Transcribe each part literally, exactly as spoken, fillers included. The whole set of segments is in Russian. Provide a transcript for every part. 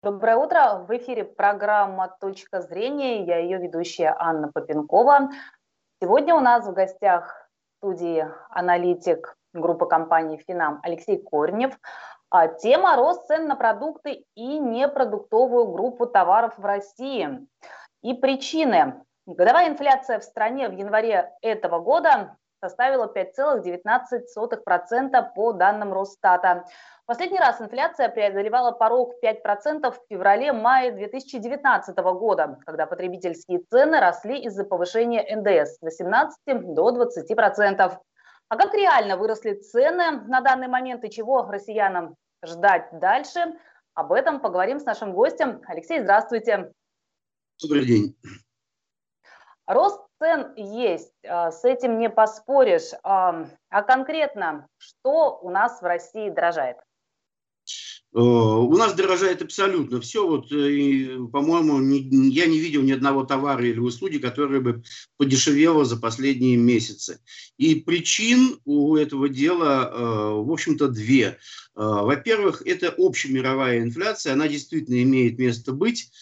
Доброе утро. В эфире программа «Точка зрения». Я ее ведущая Анна Попенкова. Сегодня у нас в гостях в студии аналитик группы компаний «Финам» Алексей Корнев. А тема – рост цен на продукты и непродуктовую группу товаров в России. И причины. Годовая инфляция в стране в январе этого года составила пять целых девятнадцать сотых процента по данным Росстата. Последний раз инфляция преодолевала порог пять процентов в феврале-мае две тысячи девятнадцатого года, когда потребительские цены росли из-за повышения эн дэ эс с восемнадцати до двадцати процентов. А как реально выросли цены на данный момент и чего россиянам ждать дальше? Об этом поговорим с нашим гостем. Алексей, здравствуйте. Добрый день. Рост цен есть, с этим не поспоришь. А конкретно, что у нас в России дорожает? У нас дорожает абсолютно все. Вот, по-моему, я не видел ни одного товара или услуги, которые бы подешевело за последние месяцы. И причин у этого дела, в общем-то, две. Во-первых, это общемировая инфляция, она действительно имеет место быть,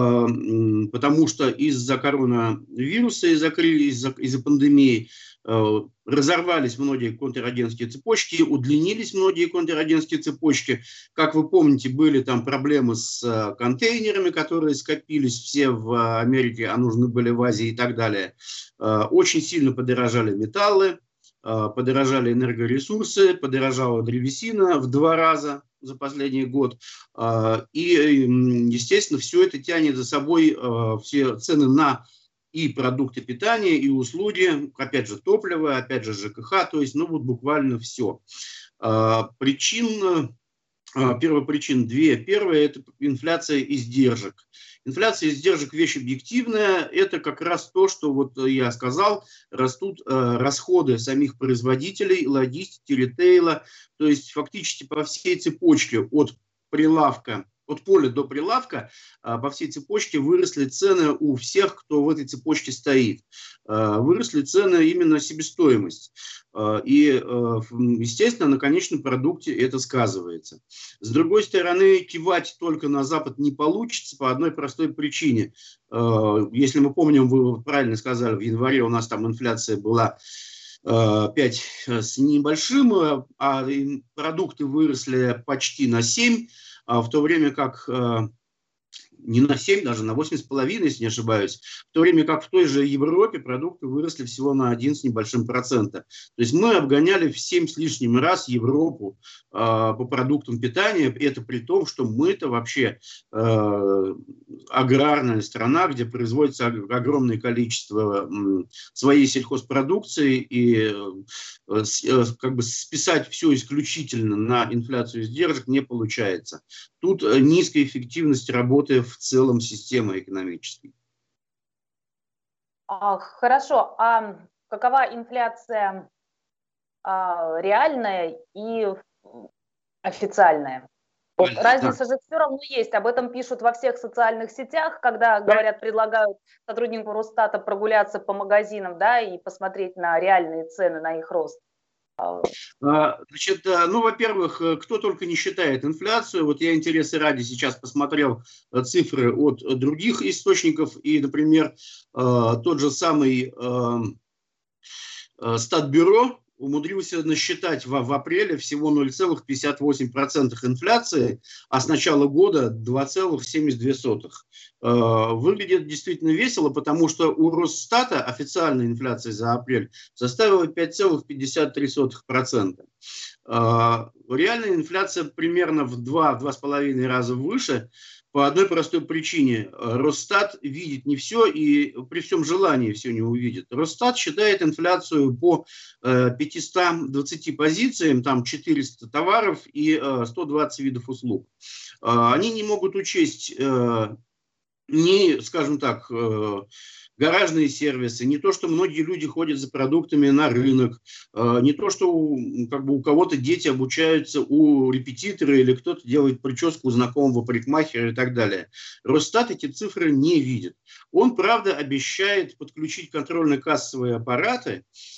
потому что из-за коронавируса, из-за из-за, из-за пандемии разорвались многие контрагентские цепочки, удлинились многие контрагентские цепочки. Как вы помните, были там проблемы с контейнерами, которые скопились все в Америке, а нужны были в Азии и так далее. Очень сильно подорожали металлы, подорожали энергоресурсы, подорожала древесина в два раза за последний год. И, естественно, все это тянет за собой все цены на и продукты питания, и услуги, опять же, топливо, опять же, жэ ка ха, то есть, ну, вот буквально все. Причин, первопричин две. Первая – это инфляция издержек. Инфляция издержек – вещь объективная. Это как раз то, что, вот я сказал, растут расходы самих производителей, логистики, ритейла. То есть, фактически по всей цепочке от прилавка, от поля до прилавка, по всей цепочке выросли цены у всех, кто в этой цепочке стоит. Выросли цены именно себестоимость. И, естественно, на конечном продукте это сказывается. С другой стороны, кивать только на Запад не получится по одной простой причине. Если мы помним, вы правильно сказали, в январе у нас там инфляция была пять с небольшим, а продукты выросли почти на семь. В то время как, не на семь, даже на восемь с половиной, если не ошибаюсь, в то время как в той же Европе продукты выросли всего на один с небольшим процента. То есть мы обгоняли в семь с лишним раз Европу э, по продуктам питания, это при том, что мы-то вообще э, аграрная страна, где производится огромное количество э, своей сельхозпродукции, и э, э, как бы списать все исключительно на инфляцию издержек не получается. Тут низкая эффективность работы в целом системы экономической. Хорошо. А какова инфляция а, реальная и официальная? Вот разница же все равно есть. Об этом пишут во всех социальных сетях, когда говорят, предлагают сотруднику Росстата прогуляться по магазинам, да, и посмотреть на реальные цены, на их рост. Значит, ну, во-первых, кто только не считает инфляцию. Вот я интересы ради сейчас посмотрел цифры от других источников. И, например, тот же самый Статбюро умудрился насчитать в, в апреле всего ноль целых пятьдесят восемь сотых процента инфляции, а с начала года два целых семьдесят две сотых. Выглядит действительно весело, потому что у Росстата официальная инфляция за апрель составила пять целых пятьдесят три сотых процента. Реальная инфляция примерно в два-два с половиной раза выше. По одной простой причине. Росстат видит не все и при всем желании все не увидит. Росстат считает инфляцию по э, пятистам двадцати позициям, там четыреста товаров и э, сто двадцать видов услуг. Э, они не могут учесть э, ни, скажем так, э, гаражные сервисы, не то, что многие люди ходят за продуктами на рынок, не то, что как бы у кого-то дети обучаются у репетитора или кто-то делает прическу у знакомого парикмахера и так далее. Росстат эти цифры не видит. Он, правда, обещает подключить контрольно-кассовые аппараты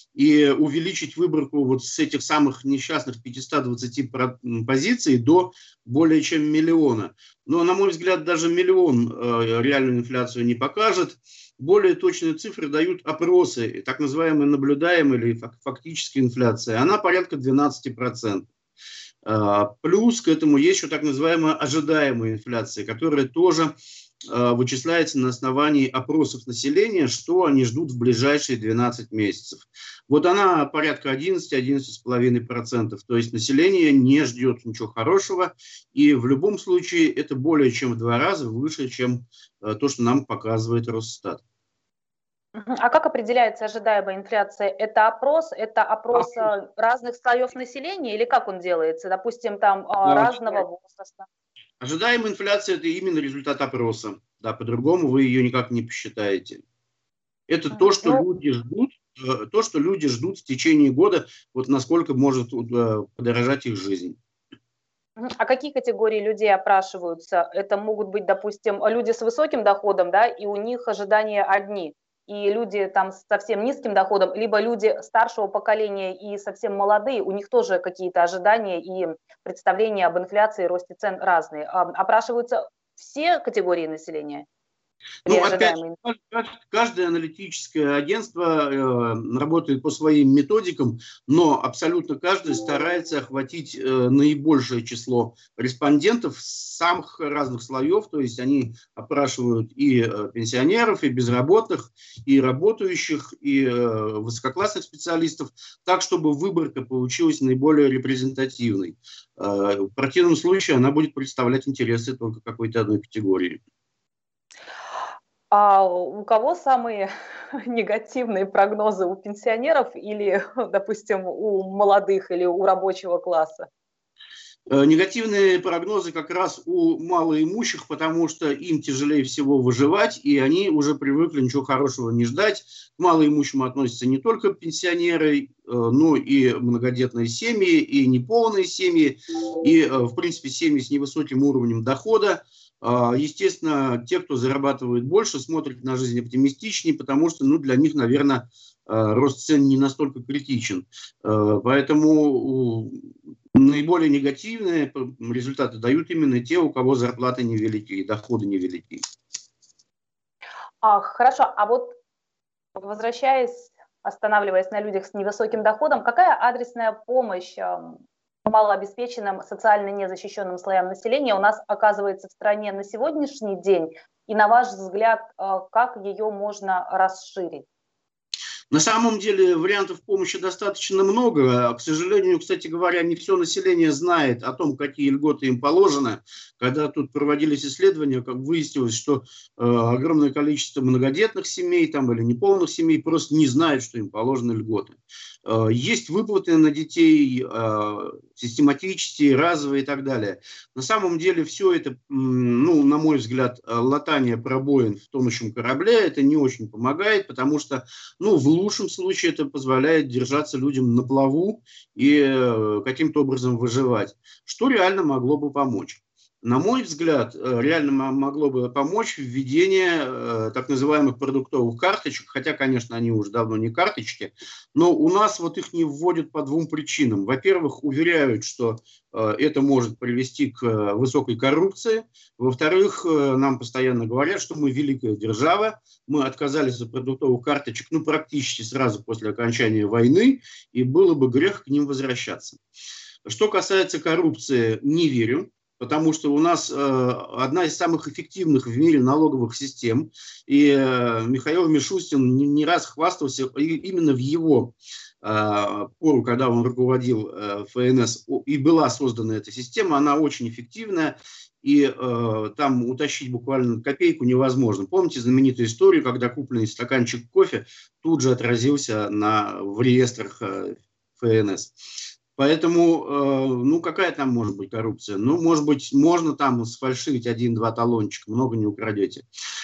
и увеличить выборку вот с этих самых несчастных пятисот двадцати позиций до более чем миллиона. Но, на мой взгляд, даже миллион э, реальную инфляцию не покажет. Более точные цифры дают опросы, так называемая наблюдаемая или фактическая инфляция. Она порядка двенадцати процентов. Плюс к этому есть еще так называемая ожидаемая инфляция, которая тоже вычисляется на основании опросов населения, что они ждут в ближайшие двенадцать месяцев. Вот она порядка одиннадцати-одиннадцати с половиной процентов. То есть население не ждет ничего хорошего. И в любом случае это более чем в два раза выше, чем то, что нам показывает Росстат. А как определяется ожидаемая инфляция? Это опрос, это опрос, опрос. разных слоев населения или как он делается? Допустим, там да, разного возраста. Ожидаемая инфляция – это именно результат опроса. Да, по-другому вы ее никак не посчитаете. Это то, что ну, люди ждут, то, что люди ждут в течение года, вот насколько может подорожать их жизнь. А какие категории людей опрашиваются? Это могут быть, допустим, люди с высоким доходом, да, и у них ожидания одни. И люди там с совсем низким доходом, либо люди старшего поколения и совсем молодые, у них тоже какие-то ожидания и представления об инфляции и росте цен разные. Опрашиваются все категории населения? Ну, опять, каждое аналитическое агентство э, работает по своим методикам, но абсолютно каждый старается охватить э, наибольшее число респондентов с самых разных слоев, то есть они опрашивают и э, пенсионеров, и безработных, и работающих, и э, высококлассных специалистов, так, чтобы выборка получилась наиболее репрезентативной. Э, в противном случае она будет представлять интересы только какой-то одной категории. А у кого самые негативные прогнозы? У пенсионеров или, допустим, у молодых или у рабочего класса? Негативные прогнозы как раз у малоимущих, потому что им тяжелее всего выживать, и они уже привыкли ничего хорошего не ждать. К малоимущим относятся не только пенсионеры, но и многодетные семьи, и неполные семьи, и, в принципе, семьи с невысоким уровнем дохода. Естественно, те, кто зарабатывает больше, смотрят на жизнь оптимистичнее, потому что, ну, для них, наверное, рост цен не настолько критичен. Поэтому наиболее негативные результаты дают именно те, у кого зарплаты невелики и доходы невелики. А, хорошо, а вот возвращаясь, останавливаясь на людях с невысоким доходом, какая адресная помощь малообеспеченным, социально незащищенным слоям населения у нас оказывается в стране на сегодняшний день? И на ваш взгляд, как ее можно расширить? На самом деле вариантов помощи достаточно много. К сожалению, кстати говоря, не все население знает о том, какие льготы им положены. Когда тут проводились исследования, как выяснилось, что э, огромное количество многодетных семей там, или неполных семей просто не знают, что им положены льготы. Э, есть выплаты на детей э, систематические, разовые и так далее. На самом деле все это, ну, на мой взгляд, латание пробоин в тонущем корабле, это не очень помогает, потому что, ну, в В лучшем случае это позволяет держаться людям на плаву и э, каким-то образом выживать, что реально могло бы помочь. На мой взгляд, реально могло бы помочь введение э, так называемых продуктовых карточек, хотя, конечно, они уже давно не карточки, но у нас вот их не вводят по двум причинам. Во-первых, уверяют, что э, это может привести к э, высокой коррупции. Во-вторых, э, нам постоянно говорят, что мы великая держава, мы отказались от продуктовых карточек, ну, практически сразу после окончания войны, и было бы грех к ним возвращаться. Что касается коррупции, не верю. Потому что у нас э, одна из самых эффективных в мире налоговых систем. И э, Михаил Мишустин не, не раз хвастался именно в его э, пору, когда он руководил э, эф эн эс, и была создана эта система, она очень эффективная. И э, там утащить буквально копейку невозможно. Помните знаменитую историю, когда купленный стаканчик кофе тут же отразился на, в реестрах э, эф эн эс. Поэтому, э, ну, какая там может быть коррупция? Ну, может быть, можно там сфальшивить один-два талончика, много не украдете.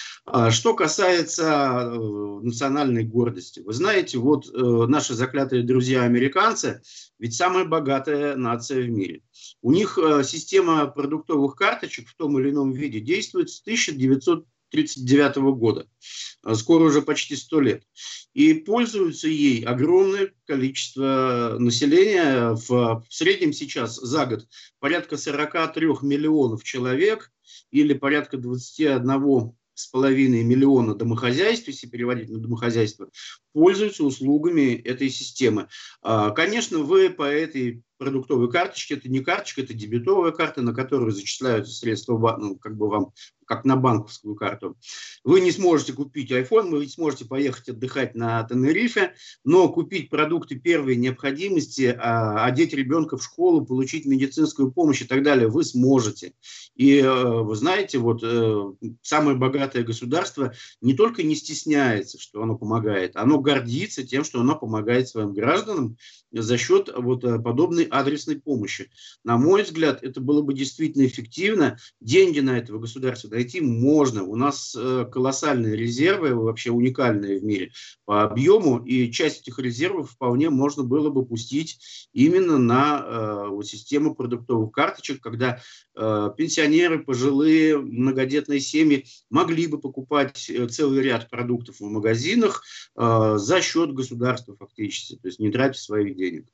А что касается э, национальной гордости. Вы знаете, вот э, наши заклятые друзья-американцы, ведь самая богатая нация в мире. У них э, система продуктовых карточек в том или ином виде действует с тысяча девятьсот тридцать девятого года. Скоро уже почти сто лет. И пользуются ей огромное количество населения. В, в среднем сейчас за год порядка сорока трёх миллионов человек или порядка двадцати одного с половиной миллиона домохозяйств, если переводить на домохозяйство, пользуются услугами этой системы. Конечно, вы по этой продуктовой карточке, это не карточка, это дебетовая карта, на которую зачисляются средства, ну, как бы вам, как на банковскую карту. Вы не сможете купить iPhone, вы ведь сможете поехать отдыхать на Тенерифе, но купить продукты первой необходимости, одеть ребенка в школу, получить медицинскую помощь и так далее вы сможете. И вы знаете, вот самое богатое государство не только не стесняется, что оно помогает, оно гордится тем, что оно помогает своим гражданам за счет вот подобной адресной помощи. На мой взгляд, это было бы действительно эффективно. Деньги на этого государства найти можно. У нас колоссальные резервы, вообще уникальные в мире по объему, и часть этих резервов вполне можно было бы пустить именно на э, вот, систему продуктовых карточек, когда э, пенсионеры, пожилые, многодетные семьи могли бы покупать целый ряд продуктов в магазинах э, за счет государства фактически, то есть не тратя своих денег.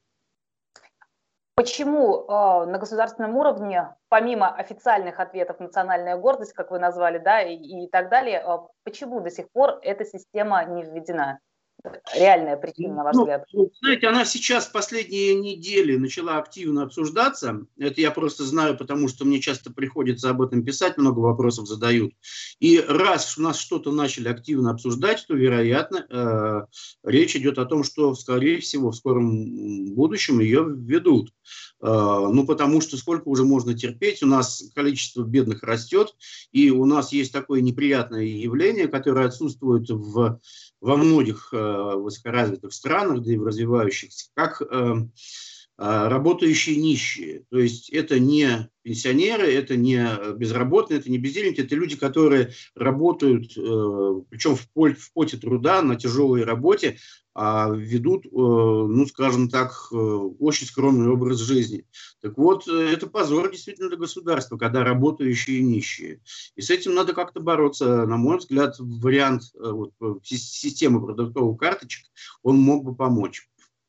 Почему э, на государственном уровне, помимо официальных ответов «национальная гордость», как вы назвали, да, и, и так далее, э, почему до сих пор эта система не введена? Реальная причина, на ваш ну, взгляд? Знаете, она сейчас последние недели начала активно обсуждаться. Это я просто знаю, потому что мне часто приходится об этом писать, много вопросов задают. И раз у нас что-то начали активно обсуждать, то, вероятно, э, речь идет о том, что, скорее всего, в скором будущем ее введут. Э, ну, потому что сколько уже можно терпеть, у нас количество бедных растет, и у нас есть такое неприятное явление, которое отсутствует в во многих э, высокоразвитых странах, да и в развивающихся, как э, э, работающие нищие. То есть это не пенсионеры, это не безработные, это не бездельники, это люди, которые работают, э, причем в, поле, в поте труда, на тяжелой работе, а ведут, э, ну, скажем так, э, очень скромный образ жизни. Так вот, это позор действительно для государства, когда работающие нищие. И с этим надо как-то бороться. На мой взгляд, вариант э, вот, системы продуктовых карточек, он мог бы помочь.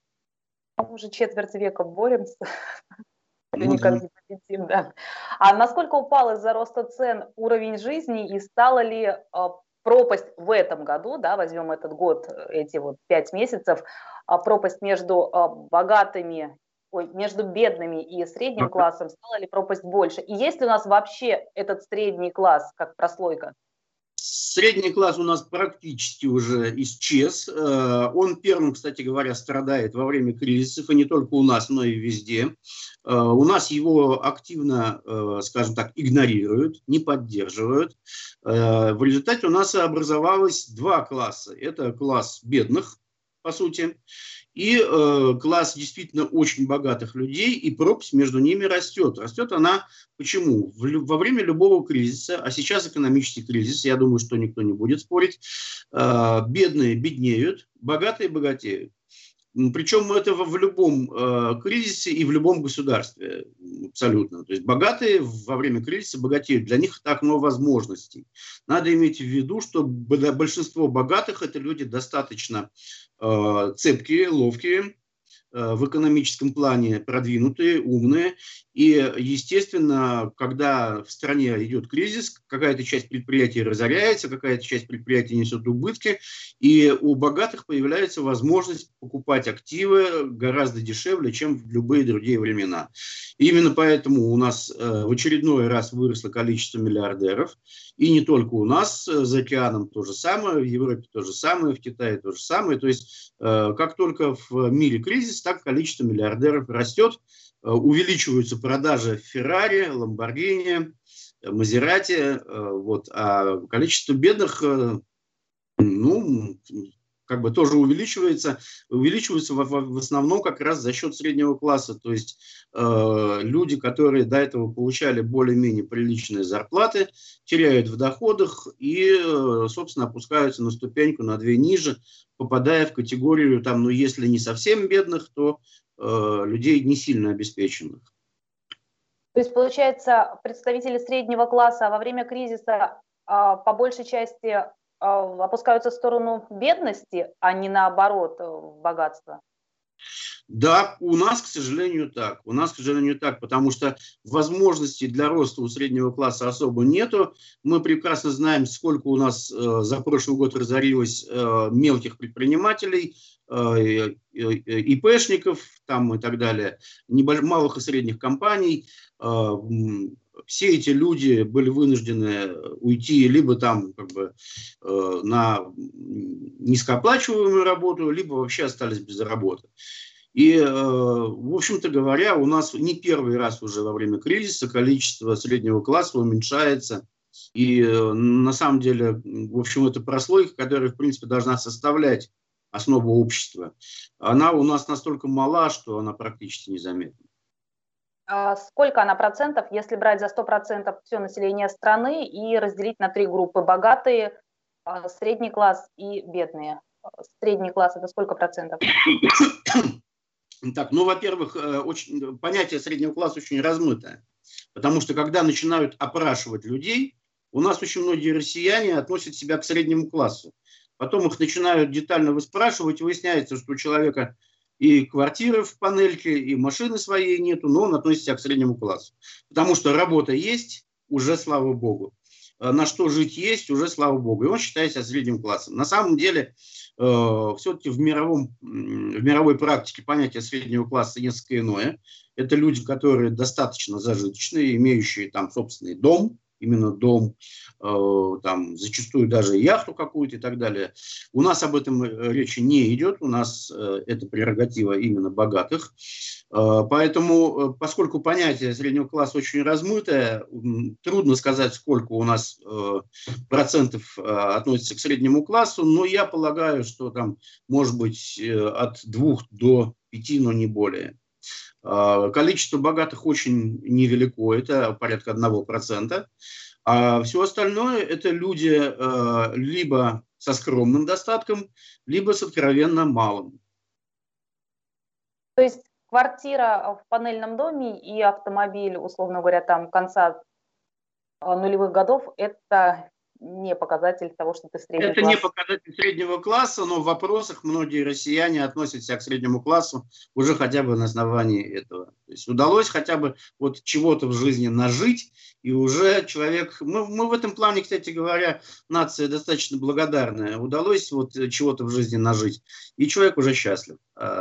Мы уже четверть века боремся. Ну, Никак да. не победим, да. А насколько упал из-за роста цен уровень жизни и стала ли э, пропасть в этом году, да, возьмем этот год, эти вот пять месяцев, а пропасть между э, богатыми, ой, между бедными и средним классом, стала ли пропасть больше? И есть ли у нас вообще этот средний класс как прослойка? Средний класс у нас практически уже исчез. Он первым, кстати говоря, страдает во время кризисов, и не только у нас, но и везде. У нас его активно, скажем так, игнорируют, не поддерживают. В результате у нас образовалось два класса. Это класс бедных, по сути, и э, класс действительно очень богатых людей, и пропасть между ними растет. Растет она почему? В, во время любого кризиса, а сейчас экономический кризис, я думаю, что никто не будет спорить, э, бедные беднеют, богатые богатеют. Причем это в любом э, кризисе и в любом государстве абсолютно. То есть богатые во время кризиса богатеют. Для них так много возможностей. Надо иметь в виду, что большинство богатых – это люди достаточно э, цепкие, ловкие, э, в экономическом плане продвинутые, умные. И, естественно, когда в стране идет кризис, какая-то часть предприятий разоряется, какая-то часть предприятий несет убытки, и у богатых появляется возможность покупать активы гораздо дешевле, чем в любые другие времена. И именно поэтому у нас э, в очередной раз выросло количество миллиардеров, и не только у нас, за океаном то же самое, в Европе то же самое, в Китае то же самое. То есть, э, как только в мире кризис, так количество миллиардеров растет. Увеличиваются продажи Феррари, Ламборгини, Мазерати, вот, а количество бедных, ну, как бы тоже увеличивается, увеличивается в, в основном как раз за счет среднего класса, то есть э, люди, которые до этого получали более-менее приличные зарплаты, теряют в доходах и, э, собственно, опускаются на ступеньку, на две ниже, попадая в категорию, там, ну, если не совсем бедных, то э, людей не сильно обеспеченных. То есть, получается, представители среднего класса во время кризиса по большей части опускаются в сторону бедности, а не наоборот в богатство? Да, у нас, к сожалению, так. У нас, к сожалению, так, потому что возможностей для роста у среднего класса особо нету. Мы прекрасно знаем, сколько у нас э, за прошлый год разорилось э, мелких предпринимателей, э, ИПшников там и так далее, небольш... малых и средних компаний. Э, все эти люди были вынуждены уйти либо там как бы э, на низкооплачиваемую работу, либо вообще остались без работы. И, в общем-то говоря, у нас не первый раз уже во время кризиса количество среднего класса уменьшается. И на самом деле, в общем, это прослойка, которая, в принципе, должна составлять основу общества. Она у нас настолько мала, что она практически незаметна. А сколько она процентов, если брать за сто процентов все население страны и разделить на три группы: богатые, средний класс и бедные? Средний класс – это сколько процентов? Так, ну, во-первых, очень, понятие среднего класса очень размытое, потому что когда начинают опрашивать людей, у нас очень многие россияне относят себя к среднему классу. Потом их начинают детально выспрашивать, и выясняется, что у человека и квартиры в панельке, и машины своей нету, но он относится себя к среднему классу. Потому что работа есть, уже слава богу. На что жить есть, уже слава богу. И он считает себя средним классом. На самом деле, э, все-таки в, мировом, в мировой практике понятие среднего класса несколько иное. Это люди, которые достаточно зажиточные, имеющие там собственный дом, именно дом, э, там, зачастую даже яхту какую-то и так далее. У нас об этом речи не идет, у нас э, это прерогатива именно богатых. Э, поэтому, поскольку понятие среднего класса очень размытое, трудно сказать, сколько у нас э, процентов э, относится к среднему классу, но я полагаю, что там может быть э, от двух до пяти, но не более. Количество богатых очень невелико, это порядка одного процента. А все остальное это люди э, либо со скромным достатком, либо с откровенно малым. То есть квартира в панельном доме и автомобиль, условно говоря, там конца нулевых годов – это не показатель того, что ты средний Это класс. не показатель среднего класса, но в вопросах многие россияне относят себя к среднему классу уже хотя бы на основании этого. То есть удалось хотя бы вот чего-то в жизни нажить, и уже человек... Мы, мы в этом плане, кстати говоря, нация достаточно благодарная. Удалось вот чего-то в жизни нажить, и человек уже счастлив.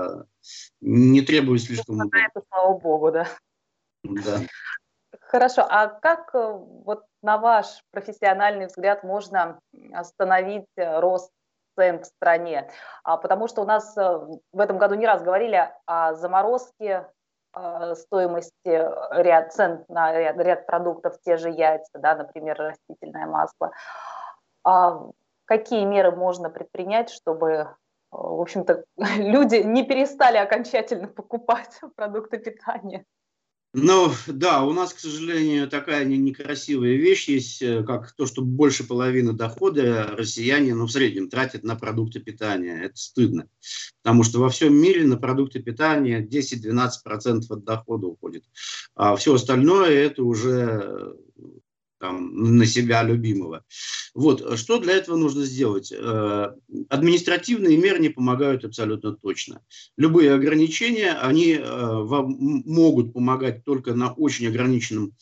Не требует слишком много. Это, слава богу, да. Да. Хорошо, а как вот на ваш профессиональный взгляд можно остановить рост цен в стране? А, потому что у нас в этом году не раз говорили о заморозке э, стоимости ряд цен на ряд, ряд продуктов, те же яйца, да, например, растительное масло. А какие меры можно предпринять, чтобы, в общем-то, люди не перестали окончательно покупать продукты питания? Ну, да, у нас, к сожалению, такая некрасивая вещь есть, как то, что больше половины дохода россияне, ну, в среднем тратят на продукты питания. Это стыдно, потому что во всем мире на продукты питания десять-двенадцать процентов от дохода уходит. А все остальное это уже там, на себя любимого. Вот, что для этого нужно сделать? Административные меры не помогают абсолютно точно. Любые ограничения, они вам могут помогать только на очень ограниченном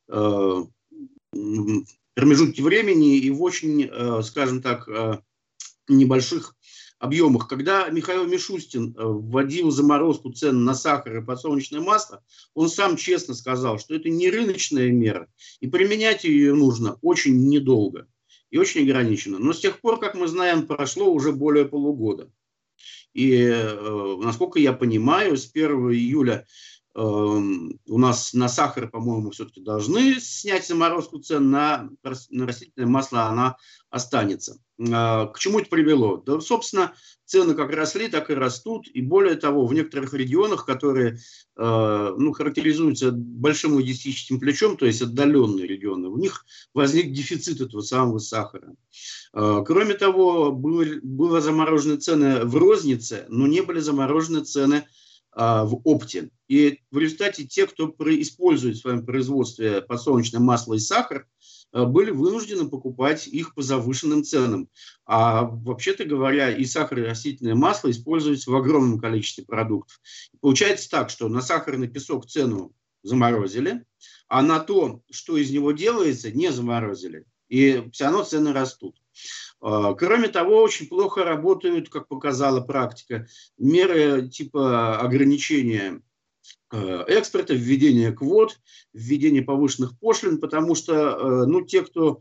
промежутке времени и в очень, скажем так, небольших объемах. Когда Михаил Мишустин вводил заморозку цен на сахар и подсолнечное масло, он сам честно сказал, что это не рыночная мера, и применять ее нужно очень недолго и очень ограниченно. Но с тех пор, как мы знаем, прошло уже более полугода. И, э, насколько я понимаю, с первого июля э, у нас на сахар, по-моему, все-таки должны снять заморозку цен, на, на растительное масло она останется. Э, к чему это привело? Да, собственно, цены как росли, так и растут. И более того, в некоторых регионах, которые э, ну, характеризуются большим логистическим плечом, то есть отдаленные регионы, у них возник дефицит этого самого сахара. Э, кроме того, были, были заморожены цены в рознице, но не были заморожены цены в опте. И в результате те, кто использует в своем производстве подсолнечное масло и сахар, были вынуждены покупать их по завышенным ценам. А вообще-то говоря, и сахар, и растительное масло используются в огромном количестве продуктов. Получается так, что на сахарный песок цену заморозили, а на то, что из него делается, не заморозили. И все равно цены растут. Кроме того, очень плохо работают, как показала практика, меры типа ограничения экспорта, введение квот, введение повышенных пошлин, потому что ну, те, кто,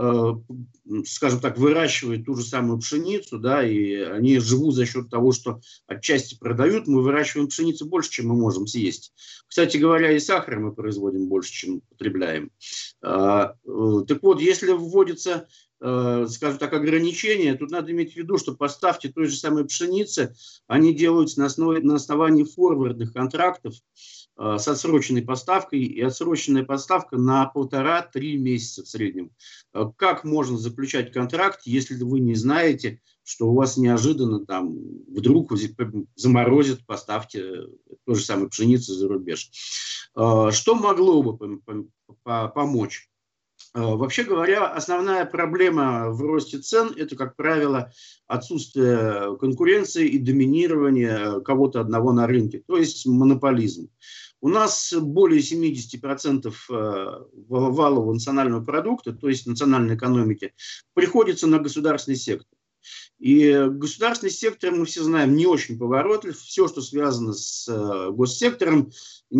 скажем так, выращивает ту же самую пшеницу, да, и они живут за счет того, что отчасти продают, мы выращиваем пшеницу больше, чем мы можем съесть. Кстати говоря, и сахар мы производим больше, чем потребляем. Так вот, если вводится, скажем так, ограничения, тут надо иметь в виду, что поставки той же самой пшеницы, они делаются на основе, на основании форвардных контрактов э, с отсроченной поставкой, и отсроченная поставка на полтора-три месяца в среднем. Как можно заключать контракт, если вы не знаете, что у вас неожиданно там вдруг заморозят поставки той же самой пшеницы за рубеж? Э, что могло бы помочь? Вообще говоря, основная проблема в росте цен – это, как правило, отсутствие конкуренции и доминирование кого-то одного на рынке, то есть монополизм. У нас более семьдесят процентов валового национального продукта, то есть национальной экономики, приходится на государственный сектор. И государственный сектор, мы все знаем, не очень поворотлив. Все, что связано с госсектором,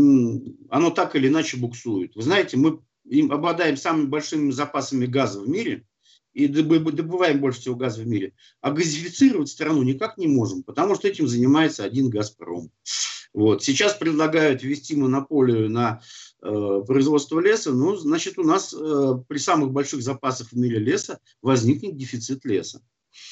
оно так или иначе буксует. Вы знаете, мы им обладаем самыми большими запасами газа в мире и добываем больше всего газа в мире, а газифицировать страну никак не можем, потому что этим занимается один «Газпром». Вот. Сейчас предлагают ввести монополию на э, производство леса, ну, значит, у нас э, при самых больших запасах в мире леса возникнет дефицит леса.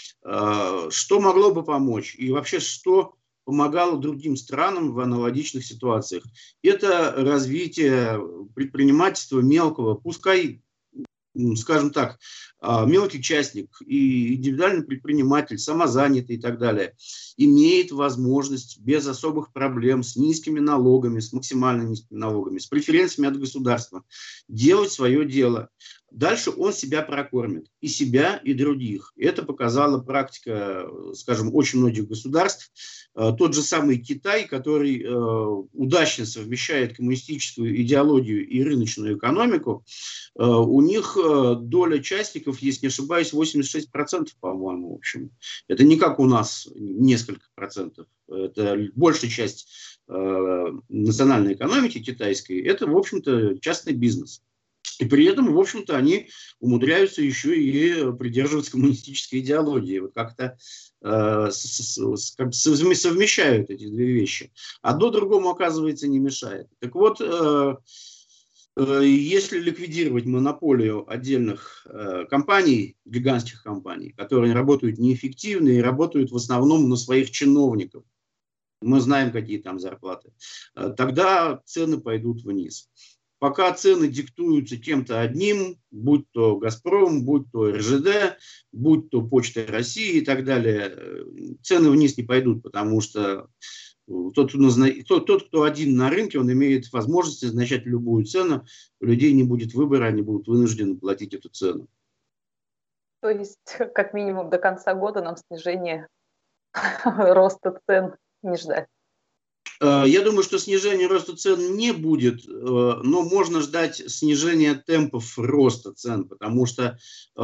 Э, что могло бы помочь? И вообще, что помогало другим странам в аналогичных ситуациях? Это развитие предпринимательства мелкого, пускай, скажем так, мелкий частник и индивидуальный предприниматель, самозанятый и так далее, имеет возможность без особых проблем, с низкими налогами, с максимально низкими налогами, с преференциями от государства делать свое дело. Дальше он себя прокормит, и себя, и других. Это показала практика, скажем, очень многих государств. Тот же самый Китай, который удачно совмещает коммунистическую идеологию и рыночную экономику, у них доля частников, если не ошибаюсь, восемьдесят шесть процентов, по-моему, в общем. Это не как у нас несколько процентов. Это большая часть национальной экономики китайской, это, в общем-то, частный бизнес. И при этом, в общем-то, они умудряются еще и придерживаться коммунистической идеологии. Вот как-то э, совмещают эти две вещи. Одно другому, оказывается, не мешает. Так вот, э, э, если ликвидировать монополию отдельных э, компаний, гигантских компаний, которые работают неэффективно и работают в основном на своих чиновников, мы знаем, какие там зарплаты, э, тогда цены пойдут вниз. Пока цены диктуются кем-то одним, будь то «Газпром», будь то эр жэ дэ, будь то Почта России и так далее, цены вниз не пойдут, потому что тот, кто, тот, кто один на рынке, он имеет возможность назначать любую цену, у людей не будет выбора, они будут вынуждены платить эту цену. То есть, как минимум, до конца года нам снижение роста цен не ждать? Я думаю, что снижения роста цен не будет, но можно ждать снижения темпов роста цен, потому что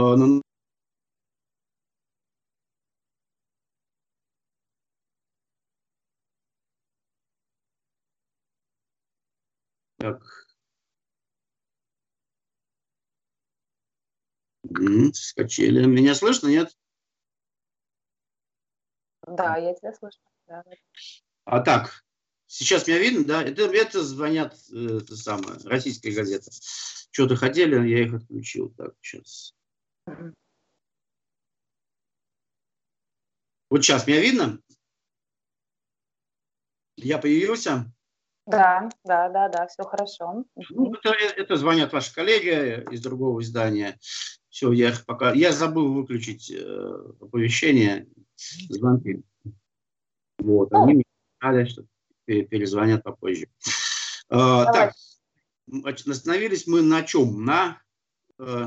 так. Скачели. Меня слышно, нет? Да, я тебя слышу. Да. А так, сейчас меня видно, да? Это, это звонят, это самое, российская газета. Что-то хотели, я их отключил. Так, сейчас. Mm-hmm. Вот сейчас меня видно? Я появился? Да, да, да, да, все хорошо. Ну, это, это звонят ваши коллеги из другого издания. Все, я их пока... Я забыл выключить э, оповещение, звонки. Вот, oh. Они мне сказали, что перезвонят попозже. Э, так, остановились мы на чем? На э,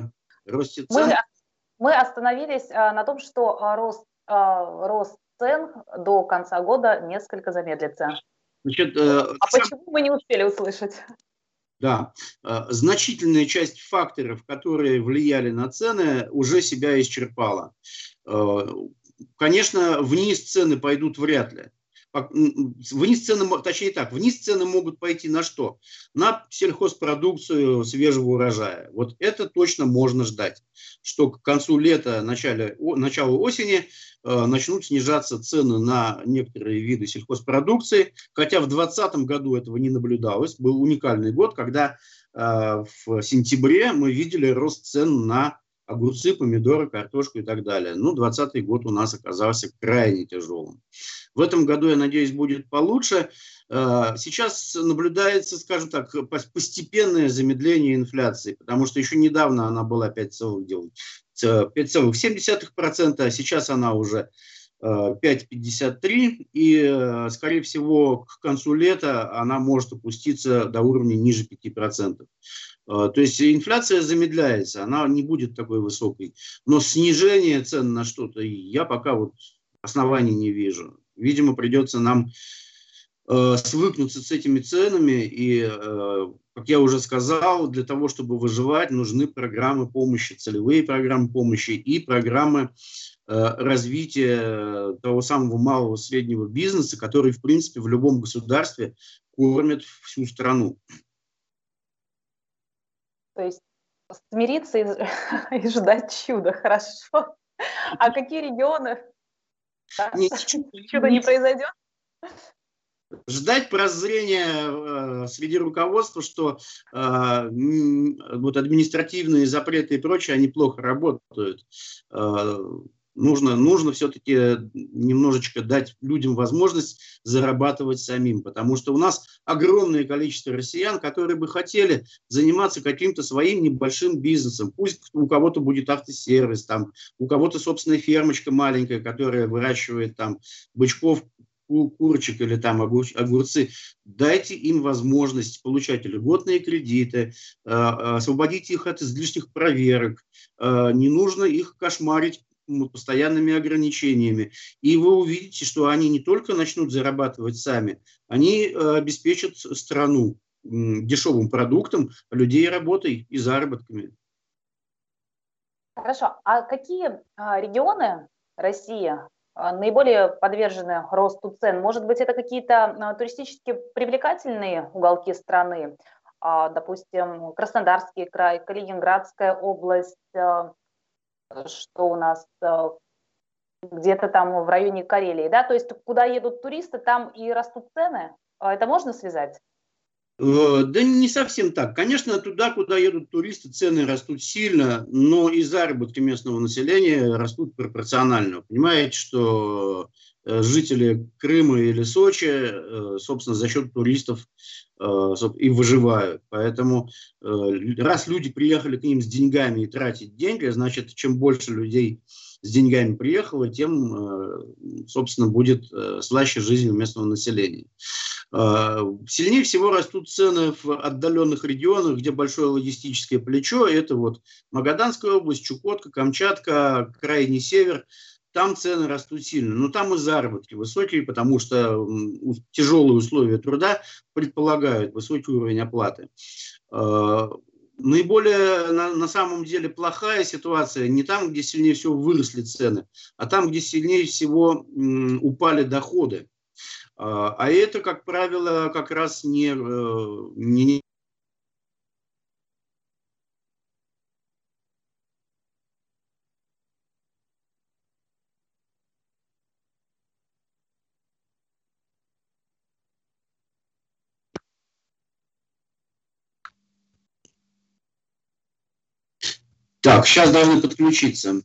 росте цен. Мы, мы остановились а, на том, что а, рост, а, рост цен до конца года несколько замедлится. Значит, э, а почему мы не успели услышать? Да, значительная часть факторов, которые влияли на цены, уже себя исчерпала. Конечно, вниз цены пойдут вряд ли. Вниз цены, точнее так, вниз цены могут пойти на что? На сельхозпродукцию свежего урожая. Вот это точно можно ждать, что к концу лета, начале, началу осени э, начнут снижаться цены на некоторые виды сельхозпродукции, хотя в двадцатом году этого не наблюдалось. Был уникальный год, когда э, в сентябре мы видели рост цен на огурцы, помидоры, картошку и так далее. Ну, двадцатый год у нас оказался крайне тяжелым. В этом году, я надеюсь, будет получше. Сейчас наблюдается, скажем так, постепенное замедление инфляции, потому что еще недавно она была пять целых семь десятых процента, а сейчас она уже пять целых пятьдесят три процента, и, скорее всего, к концу лета она может опуститься до уровня ниже пяти процентов. То есть инфляция замедляется, она не будет такой высокой, но снижение цен на что-то я пока вот оснований не вижу. Видимо, придется нам э, свыкнуться с этими ценами. И, э, как я уже сказал, для того, чтобы выживать, нужны программы помощи, целевые программы помощи и программы э, развития того самого малого среднего бизнеса, который, в принципе, в любом государстве кормит всю страну. То есть смириться и, и ждать чуда, хорошо. А какие регионы? Нет, чудо не произойдет? Ждать прозрения э, среди руководства, что э, вот административные запреты и прочее, они плохо работают. Э, нужно, нужно все-таки немножечко дать людям возможность зарабатывать самим, потому что у нас огромное количество россиян, которые бы хотели заниматься каким-то своим небольшим бизнесом. Пусть у кого-то будет автосервис, там, у кого-то собственная фермочка маленькая, которая выращивает там бычков, курочек или там огурцы. Дайте им возможность получать льготные кредиты, освободите их от излишних проверок. Не нужно их кошмарить постоянными ограничениями. И вы увидите, что они не только начнут зарабатывать сами, они обеспечат страну дешевым продуктом, людей работой и заработками. Хорошо. А какие регионы России наиболее подвержены росту цен? Может быть, это какие-то туристически привлекательные уголки страны? Допустим, Краснодарский край, Калининградская область, что у нас где-то там в районе Карелии, да? То есть куда едут туристы, там и растут цены? Это можно связать? Да не совсем так. Конечно, туда, куда едут туристы, цены растут сильно, но и заработки местного населения растут пропорционально. Понимаете, что жители Крыма или Сочи, собственно, за счет туристов и выживают. Поэтому раз люди приехали к ним с деньгами и тратить деньги, значит, чем больше людей с деньгами приехало, тем, собственно, будет слаще жизнь местного населения. Сильнее всего растут цены в отдаленных регионах, где большое логистическое плечо. Это вот Магаданская область, Чукотка, Камчатка, крайний север. Там цены растут сильно. Но там и заработки высокие, потому что тяжелые условия труда предполагают высокий уровень оплаты. Наиболее на, на самом деле плохая ситуация не там, где сильнее всего выросли цены, а там, где сильнее всего м, упали доходы. А, а это, как правило, как раз не, не Так, сейчас должны подключиться.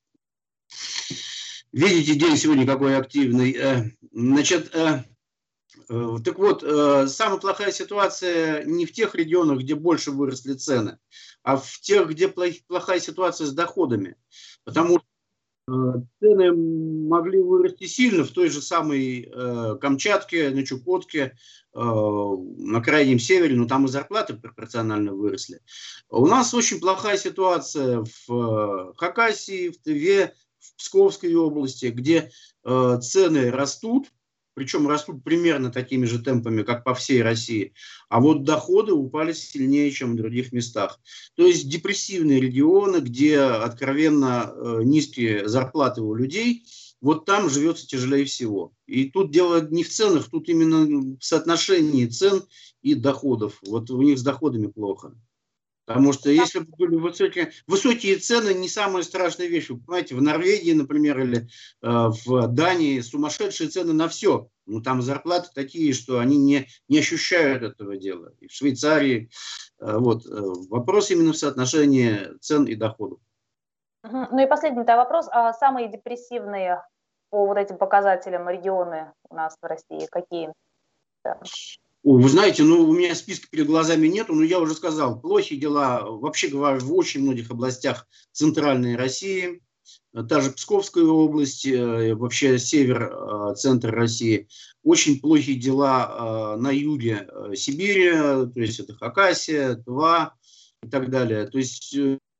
Видите, день сегодня какой активный. Значит, так вот, самая плохая ситуация не в тех регионах, где больше выросли цены, а в тех, где плохая ситуация с доходами. Потому что Цены могли вырасти сильно в той же самой э, Камчатке, на Чукотке, э, на Крайнем Севере, но там и зарплаты пропорционально выросли. У нас очень плохая ситуация в э, Хакасии, в Тыве, в Псковской области, где э, цены растут, причем растут примерно такими же темпами, как по всей России, а вот доходы упали сильнее, чем в других местах. То есть депрессивные регионы, где откровенно э, низкие зарплаты у людей, вот там живется тяжелее всего. И тут дело не в ценах, тут именно в соотношении цен и доходов. Вот у них с доходами плохо. Потому что если бы были высокие, высокие цены, не самая страшная вещь. Вы понимаете, в Норвегии, например, или э, в Дании сумасшедшие цены на все. Ну, там зарплаты такие, что они не, не ощущают этого дела. И в Швейцарии. Э, вот. Э, вопрос именно в соотношении цен и доходов. Угу. Ну и последний вопрос. А самые депрессивные по вот этим показателям регионы у нас в России какие? Да. Вы знаете, ну у меня списка перед глазами нету, но я уже сказал, плохие дела, вообще говоря, в очень многих областях центральной России, та же Псковская область, вообще север, центр России, очень плохие дела на юге Сибири, то есть это Хакасия, Тыва и так далее. То есть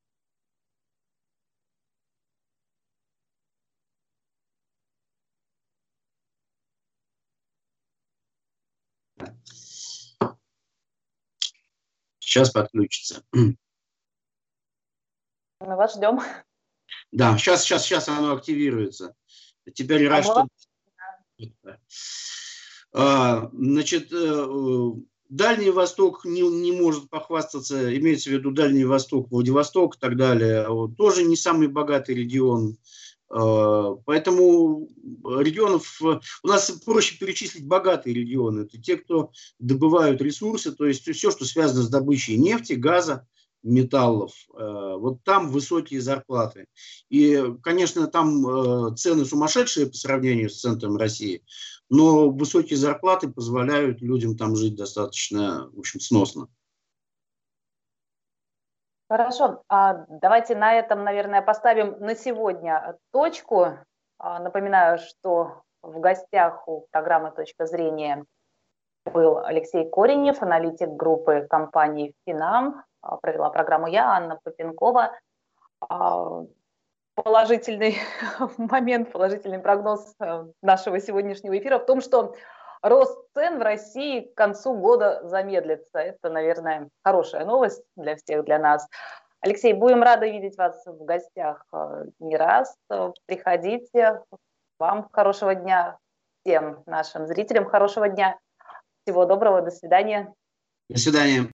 сейчас подключится. Мы вас ждем. Да, сейчас, сейчас, сейчас оно активируется. Теперь рад, что... Значит, Дальний Восток не, не может похвастаться, имеется в виду Дальний Восток, Владивосток и так далее, тоже не самый богатый регион. Поэтому регионов, у нас проще перечислить богатые регионы. Это те, кто добывают ресурсы, то есть все, что связано с добычей нефти, газа, металлов. Вот там высокие зарплаты. И, конечно, там цены сумасшедшие по сравнению с центром России, но высокие зарплаты позволяют людям там жить достаточно, в общем, сносно. Хорошо, давайте на этом, наверное, поставим на сегодня точку. Напоминаю, что в гостях у программы «Точка зрения» был Алексей Коренев, аналитик группы компании «Финам». Провела программу я, Анна Попенкова. Положительный момент, положительный прогноз нашего сегодняшнего эфира в том, что рост цен в России к концу года замедлится. Это, наверное, хорошая новость для всех, для нас. Алексей, будем рады видеть вас в гостях не раз. Приходите. Вам хорошего дня, всем нашим зрителям хорошего дня. Всего доброго, до свидания. До свидания.